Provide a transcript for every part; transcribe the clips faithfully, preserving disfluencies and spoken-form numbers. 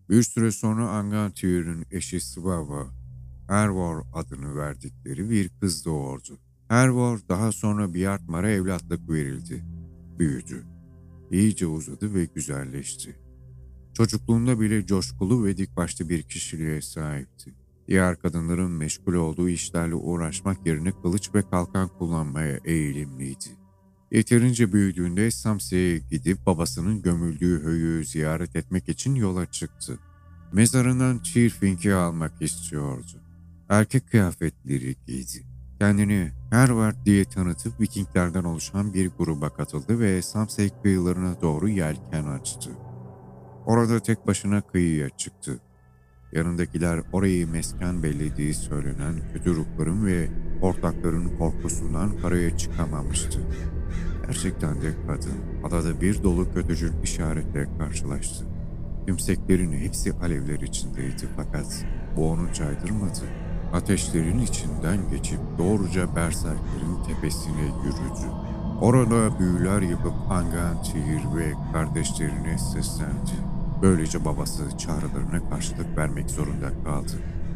Bir süre sonra Angantyr'in eşi Svava, Hervor adını verdikleri bir kız doğurdu. Hervor daha sonra Bjartmar'a evlatlık verildi. Büyüdü, iyice uzadı ve güzelleşti. Çocukluğunda bile coşkulu ve dik başlı bir kişiliğe sahipti. Diğer kadınların meşgul olduğu işlerle uğraşmak yerine kılıç ve kalkan kullanmaya eğilimliydi. Yeterince büyüdüğünde Samse'ye gidip babasının gömüldüğü höyüğü ziyaret etmek için yola çıktı. Mezarından Tyrfing'i almak istiyordu. Erkek kıyafetleri giydi. Kendini Hervard diye tanıtıp Vikinglerden oluşan bir gruba katıldı ve Samsey kıyılarına doğru yelken açtı. Orada tek başına kıyıya çıktı. Yanındakiler orayı mesken bellediği söylenen kötü ruhların ve ortakların korkusundan karaya çıkamamıştı. Gerçekten de kadın adada bir dolu kötücül işaretle karşılaştı. Tümseklerin hepsi alevler içindeydi fakat bu onu caydırmadı. Ateşlerin içinden geçip doğruca Berserklerin tepesine yürüdü. Orada büyüler yapıp Angantyr ve kardeşlerine seslendi. Böylece babası çağrılarına karşılık vermek zorunda kaldı.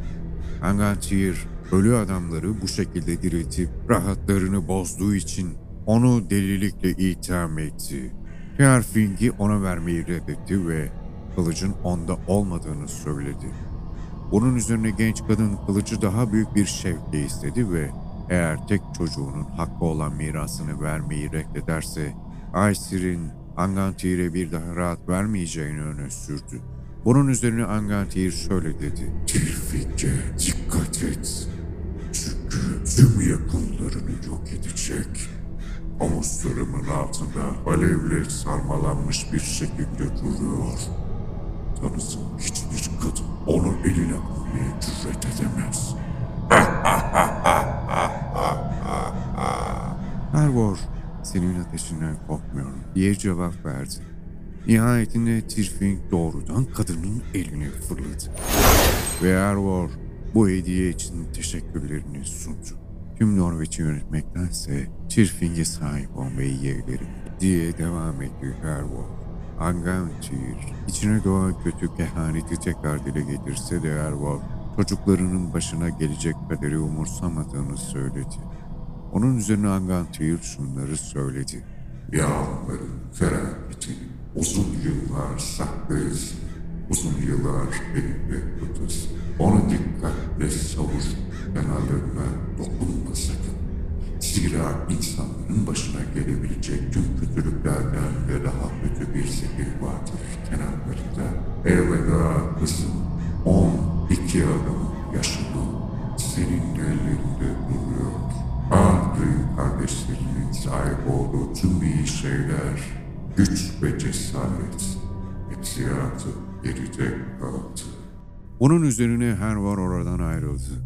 Angantyr, ölü adamları bu şekilde diriltip rahatlarını bozduğu için onu delilikle itham etti. Tyrfing'i ona vermeyi reddetti ve kılıcın onda olmadığını söyledi. Bunun üzerine genç kadın kılıcı daha büyük bir şevkle istedi ve eğer tek çocuğunun hakkı olan mirasını vermeyi reddederse Aesir'in Angantyr'e bir daha rahat vermeyeceğini öne sürdü. Bunun üzerine Angantyr şöyle dedi. Tyrfing'e dikkat et. Çünkü tüm yakınlarını yok edecek. Omuzlarımın altında alevle sarmalanmış bir şekilde duruyor. Tanısın hiçbir kadın onu eline almaya cüret edemez. Hervor, senin ateşinden korkmuyorum diye cevap verdi. Nihayetinde Tyrfing doğrudan kadının eline fırladı. Ve Hervor bu hediye için teşekkürlerini sundu. Tüm Norveç'i yönetmektense Tyrfing'e sahip olmayı yeğlerim diye devam etti Hervor. Angantyr içine doğan kötü kehaneti tekrar dile getirse de Hervor çocuklarının başına gelecek kaderi umursamadığını söyledi. Onun üzerine Angantyr şunları söyledi. Yağmurların felaketini uzun yıllar saklayasın. Uzun yıllar elinde tutasın. Onu dikkatle savur. Kenarlarına dokunma sakın. Zira insanların başına gelebilecek tüm kötülüklerden ve daha kötü bir zehir vardır kenarlarında. Elveda kızım. On iki adım yaşını senin ellerinde duruyor. Andrew kardeşlerinin sahip olduğu tüm iyi şeyler, güç ve cesaret hepsi artık geride kaldı. Onun üzerine Hervor oradan ayrıldı.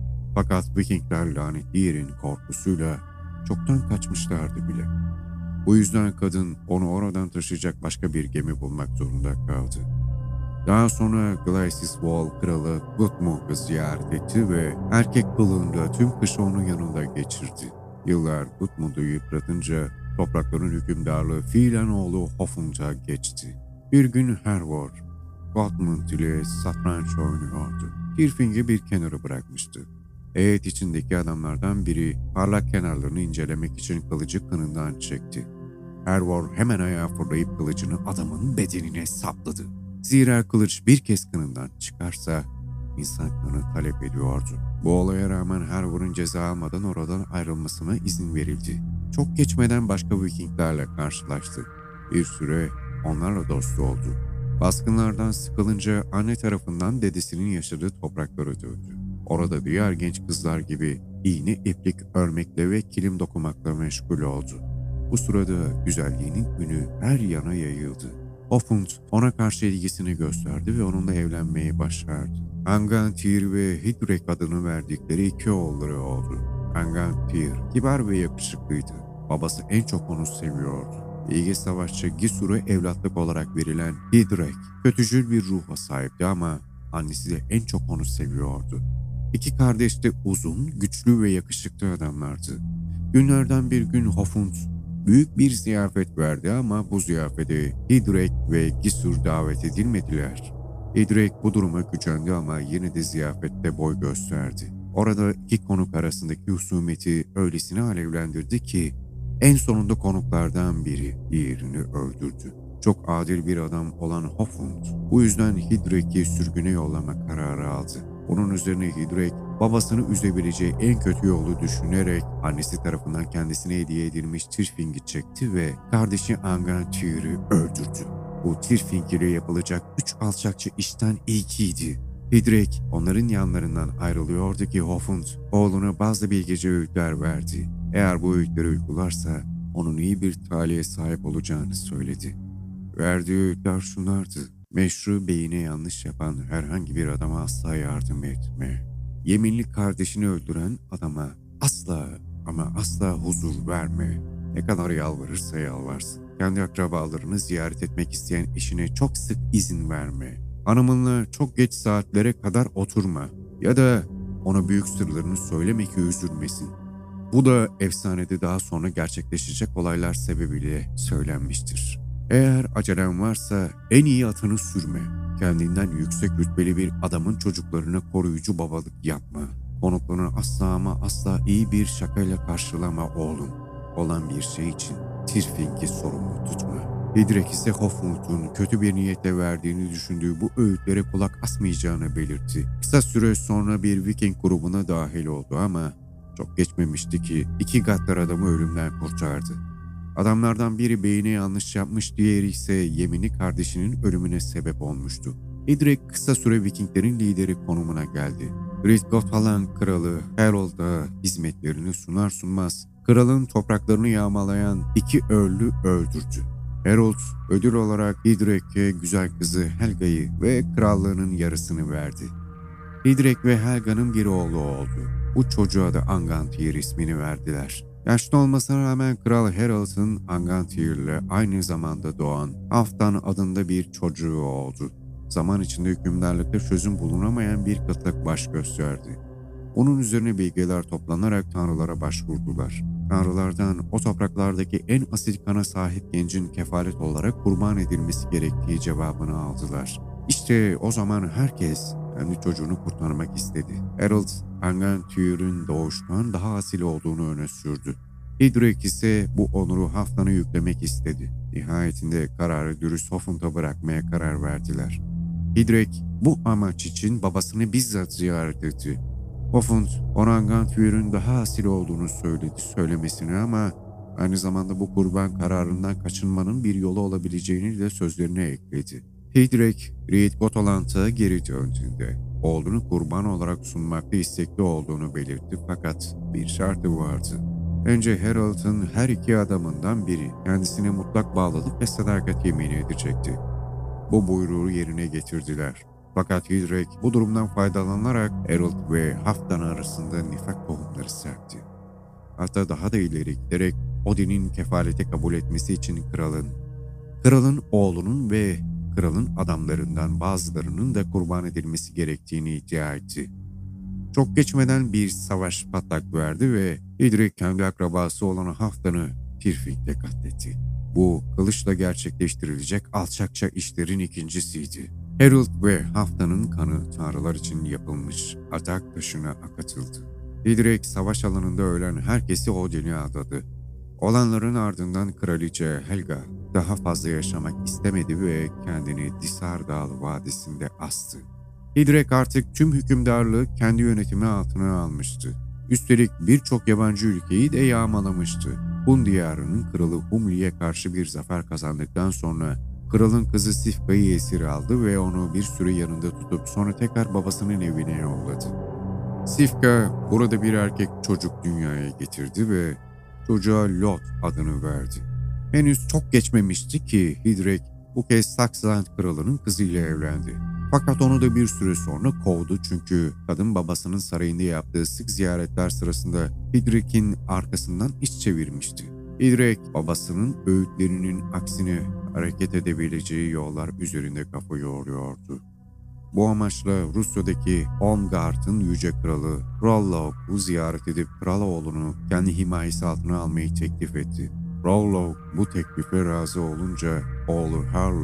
Fakat Vikingler lanetli yerin korkusuyla çoktan kaçmışlardı bile. Bu yüzden kadın onu oradan taşıyacak başka bir gemi bulmak zorunda kaldı. Daha sonra Glacis-Wall kralı Gutmund'u ziyaret etti ve erkek kılığında tüm kışı onun yanında geçirdi. Yıllar Gutmund'u yıpratınca toprakların hükümdarlığı fiilen oğlu Hofund'a geçti. Bir gün Hervor, Gutmund ile satranç oynuyordu. Tyrfing'i bir kenara bırakmıştı. Heyet içindeki adamlardan biri parlak kenarlarını incelemek için kılıcı kınından çekti. Hervor hemen ayağa fırlayıp kılıcını adamın bedenine sapladı. Zira kılıç bir kez kınından çıkarsa insan kanı talep ediyordu. Bu olaya rağmen Hervor'un ceza almadan oradan ayrılmasına izin verildi. Çok geçmeden başka Vikinglerle karşılaştı. Bir süre onlarla dost oldu. Baskınlardan sıkılınca anne tarafından dedesinin yaşadığı topraklara döndü. Orada diğer genç kızlar gibi iğne iplik örmekle ve kilim dokumakla meşgul oldu. Bu sırada güzelliğinin ünü her yana yayıldı. Hofund ona karşı ilgisini gösterdi ve onunla evlenmeyi başardı. Angantyr ve Hidrek adını verdikleri iki oğulları oldu. Angantyr kibar ve yakışıklıydı. Babası en çok onu seviyordu. Bilge savaşçı Gisur'a evlatlık olarak verilen Hidrek kötücül bir ruha sahipti ama annesi de en çok onu seviyordu. İki kardeş de uzun, güçlü ve yakışıklı adamlardı. Günlerden bir gün Hofund büyük bir ziyafet verdi ama bu ziyafete Hidrek ve Gisur davet edilmediler. Hidrek bu duruma gücendi ama yine de ziyafette boy gösterdi. Orada iki konuk arasındaki husumeti öylesine alevlendirdi ki en sonunda konuklardan biri diğerini öldürdü. Çok adil bir adam olan Hofund bu yüzden Hidrek'i sürgüne yollama kararı aldı. Bunun üzerine Hidrek babasını üzebileceği en kötü yolu düşünerek annesi tarafından kendisine hediye edilmiş Tirfing'i çekti ve kardeşi Angantyr'i öldürdü. Bu Tirfing ile yapılacak üç alçakça işten ilkiydi. Hidrek onların yanlarından ayrılıyordu ki Hofund oğluna bazı bilgece öğütler verdi. Eğer bu öğütleri uygularsa onun iyi bir talihe sahip olacağını söyledi. Verdiği öğütler şunlardı: meşru beyine yanlış yapan herhangi bir adama asla yardım etme. Yeminli kardeşini öldüren adama asla ama asla huzur verme. Ne kadar yalvarırsa yalvarsın. Kendi akrabalarını ziyaret etmek isteyen eşine çok sık izin verme. Hanımınla çok geç saatlere kadar oturma. Ya da ona büyük sırlarını söyleme ki üzülmesin. Bu da efsanede daha sonra gerçekleşecek olaylar sebebiyle söylenmiştir. Eğer acelen varsa en iyi atını sürme. Kendinden yüksek rütbeli bir adamın çocuklarına koruyucu babalık yapma. Konuklarını asla ama asla iyi bir şakayla karşılama oğlum. Olan bir şey için Tirfing'i sorumlu tutma. Hidrek ise Hofmund'un kötü bir niyetle verdiğini düşündüğü bu öğütlere kulak asmayacağını belirtti. Kısa süre sonra bir Viking grubuna dahil oldu ama çok geçmemişti ki iki gaddar adamı ölümden kurtardı. Adamlardan biri beyine yanlış yapmış, diğeri ise yeminli kardeşinin ölümüne sebep olmuştu. Hidrek kısa süre Vikinglerin lideri konumuna geldi. Ritgothalan kralı Harold'a hizmetlerini sunar sunmaz kralın topraklarını yağmalayan iki Earl'ü öldürdü. Harold ödül olarak Hidrek'e güzel kızı Helga'yı ve krallığının yarısını verdi. Hidrek ve Helga'nın bir oğlu oldu. Bu çocuğa da Angantyr ismini verdiler. Yaşlı olmasına rağmen Kral Harold'un Angantyr aynı zamanda doğan Halfdan adında bir çocuğu oldu. Zaman içinde hükümdarlıkta çözüm bulunamayan bir kıtlık baş gösterdi. Onun üzerine bilgeler toplanarak tanrılara başvurdular. Tanrılardan o topraklardaki en asil kana sahip gencin kefalet olarak kurban edilmesi gerektiği cevabını aldılar. İşte o zaman herkes kendi çocuğunu kurtarmak istedi. Harold, Angantyr'ün doğuştan daha asil olduğunu öne sürdü. Hidrek ise bu onuru Halfdan'a yüklemek istedi. Nihayetinde kararı dürüst Hofund'a bırakmaya karar verdiler. Hidrek bu amaç için babasını bizzat ziyaret etti. Hofund, ona Angantyr'ün daha asil olduğunu söyledi söylemesini ama aynı zamanda bu kurban kararından kaçınmanın bir yolu olabileceğini de sözlerine ekledi. Hidrek, Ritgothaland'a geri döndüğünde oğlunu kurban olarak sunmakta istekli olduğunu belirtti fakat bir şartı vardı. Önce Harold'un her iki adamından biri kendisine mutlak bağlılık ve sadakat yemini edecekti. Bu buyruğu yerine getirdiler. Fakat Hidrek bu durumdan faydalanarak Harold ve Halfdan arasında nifak tohumları serpti. Hatta daha da ileri giderek Odin'in kefalete kabul etmesi için kralın, kralın oğlunun ve kralın adamlarından bazılarının da kurban edilmesi gerektiğini iddia etti. Çok geçmeden bir savaş patlak verdi ve Hidrek kendi akrabası olan Halfdan'ı Tirfing'de katletti. Bu kılıçla gerçekleştirilecek alçakça işlerin ikincisiydi. Harold ve Halfdan'ın kanı tanrılar için yapılmış adak taşına akıtıldı. Hidrek savaş alanında ölen herkesi Odin'e adadı. Olanların ardından kraliçe Helga daha fazla yaşamak istemedi ve kendini Disar Dağı Vadisi'nde astı. Hidrek artık tüm hükümdarlığı kendi yönetimi altına almıştı. Üstelik birçok yabancı ülkeyi de yağmalamıştı. Hun diyarının kralı Humli'ye karşı bir zafer kazandıktan sonra kralın kızı Sifka'yı esir aldı ve onu bir süre yanında tutup sonra tekrar babasının evine yolladı. Sifka burada bir erkek çocuk dünyaya getirdi ve çocuğa Lot adını verdi. Henüz çok geçmemişti ki Hidrek bu kez Saksland kralının kızıyla evlendi. Fakat onu da bir süre sonra kovdu çünkü kadın babasının sarayında yaptığı sık ziyaretler sırasında Hidrek'in arkasından iş çevirmişti. Hidrek babasının öğütlerinin aksine hareket edebileceği yollar üzerinde kafa yoruyordu. Bu amaçla Rusya'daki Holmgard'ın yüce kralı Hrollaug'u ziyaret edip kral oğlunu kendi himayesi altına almayı teklif etti. Hrollaug bu teklife razı olunca oğlu Harlaug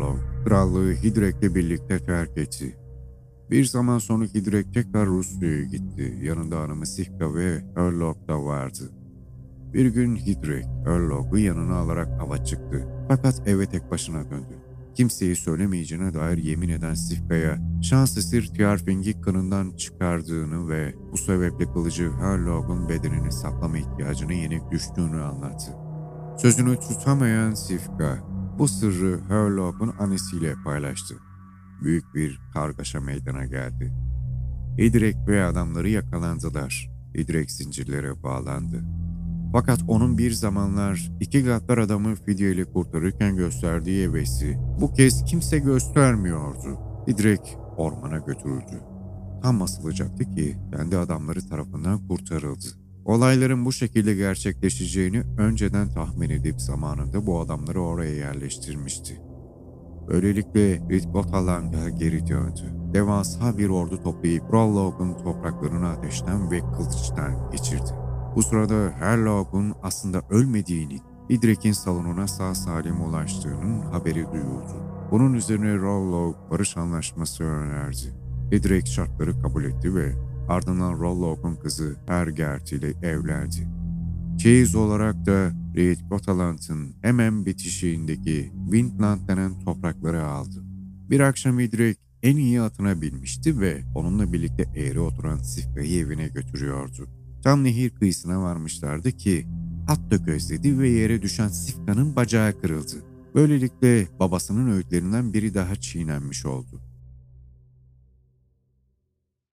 krallığı Hidrek'le birlikte terk etti. Bir zaman sonra Hidrek tekrar Rusya'ya gitti. Yanında hanımı Sihka ve Hörlok da vardı. Bir gün Hidrek, Hörlok'u yanına alarak ava çıktı. Fakat eve tek başına döndü. Kimseye söylemeyeceğine dair yemin eden Sihka'ya şans esir Tjarfing'i kanından çıkardığını ve bu sebeple kılıcı Hörlok'un bedenini saklama ihtiyacına yenik düştüğünü anlattı. Sözünü tutamayan Sihka bu sırrı Hörlok'un annesiyle paylaştı. Büyük bir kargaşa meydana geldi. Hidrek ve adamları yakalandılar. Hidrek zincirlere bağlandı. Fakat onun bir zamanlar iki gaddar adamı fidyeyle kurtarırken gösterdiği hevesi bu kez kimse göstermiyordu. Hidrek ormana götürüldü. Tam asılacaktı ki kendi adamları tarafından kurtarıldı. Olayların bu şekilde gerçekleşeceğini önceden tahmin edip zamanında bu adamları oraya yerleştirmişti. Böylelikle Ritgotalang'a geri döndü. Devasa bir ordu toplayıp Hrollok'un topraklarını ateşten ve kılıçtan geçirdi. Bu sırada Hörlok'un aslında ölmediğini, Hidrek'in salonuna sağ salim ulaştığının haberi duyuldu. Bunun üzerine Hrollok barış anlaşması önerdi. Hidrek şartları kabul etti ve ardından Hrollok'un kızı Hergert ile evlendi. Çeyiz olarak da Ritgotalant'ın hemen bitişiğindeki Windland denen toprakları aldı. Bir akşam Hidrek en iyi atına binmişti ve onunla birlikte eğri oturan Sihka'yı evine götürüyordu. Tam nehir kıyısına varmışlardı ki at da gözledi ve yere düşen Sihka'nın bacağı kırıldı. Böylelikle babasının öğütlerinden biri daha çiğnenmiş oldu.